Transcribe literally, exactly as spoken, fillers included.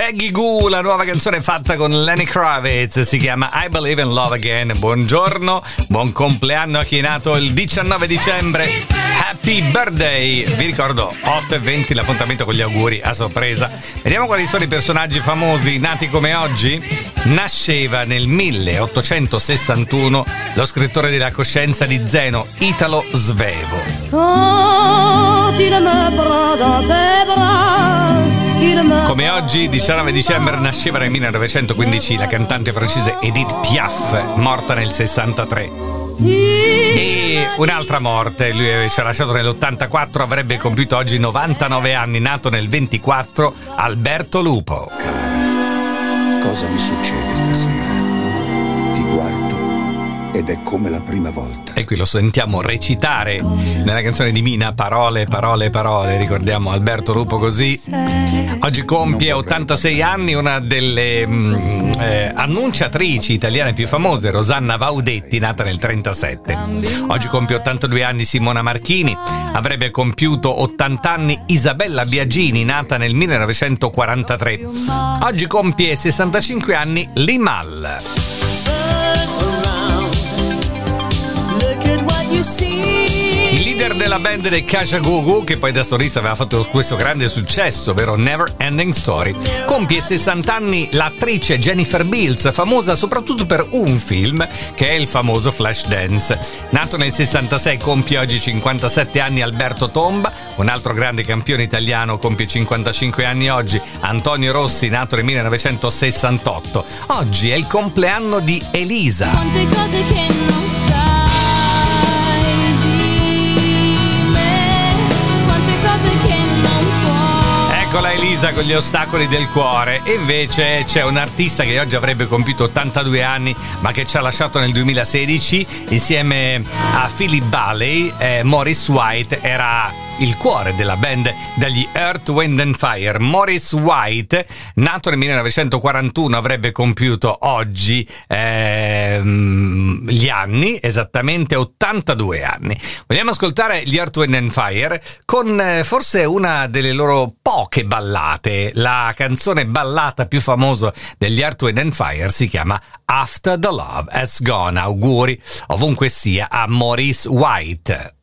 Peggy Goo, la nuova canzone fatta con Lenny Kravitz, si chiama I Believe in Love Again. Buongiorno, buon compleanno a chi è nato il diciannove dicembre. Happy birthday! Vi ricordo otto e venti l'appuntamento con gli auguri a sorpresa. Vediamo quali sono i personaggi famosi nati come oggi. Nasceva nel milleottocentosessantuno lo scrittore della Coscienza di Zeno, Italo Svevo. Come oggi, diciannove dicembre, nasceva nel millenovecentoquindici la cantante francese Edith Piaf, morta nel sessantatré. E un'altra morte, lui ci ha lasciato nell'ottantaquattro, avrebbe compiuto oggi novantanove anni, nato nel ventiquattro, Alberto Lupo. Cara, cosa mi succede stasera? Ti guardo ed è come la prima volta. E qui lo sentiamo recitare nella canzone di Mina, parole, parole, parole. Ricordiamo Alberto Lupo così. Oggi compie ottantasei anni una delle mh, eh, annunciatrici italiane più famose, Rosanna Vaudetti, nata nel trentasette. Oggi compie ottantadue anni Simona Marchini. Avrebbe compiuto ottanta anni Isabella Biagini, nata nel millenovecentoquarantatré. Oggi compie sessantacinque anni Limal. Il leader della band dei Kajagoogoo, che poi da solista aveva fatto questo grande successo, ovvero Never Ending Story, compie sessanta anni l'attrice Jennifer Beals, famosa soprattutto per un film che è il famoso Flashdance. Nato nel sessantasei, compie oggi cinquantasette anni Alberto Tomba. Un altro grande campione italiano compie cinquantacinque anni oggi, Antonio Rossi, nato nel millenovecentosessantotto. Oggi è il compleanno di Elisa. Quante cose che non sai. Eccola Elisa con gli ostacoli del cuore. E invece c'è un artista che oggi avrebbe compiuto ottantadue anni ma che ci ha lasciato nel duemilasedici insieme a Philip Bailey. eh, Maurice White era il cuore della band degli Earth, Wind and Fire. Maurice White, nato nel millenovecentoquarantuno, avrebbe compiuto oggi ehm, gli anni, esattamente ottantadue anni. Vogliamo ascoltare gli Earth, Wind and Fire con eh, forse una delle loro poche ballate. La canzone ballata più famosa degli Earth, Wind and Fire si chiama After the Love Has Gone. Auguri ovunque sia a Maurice White.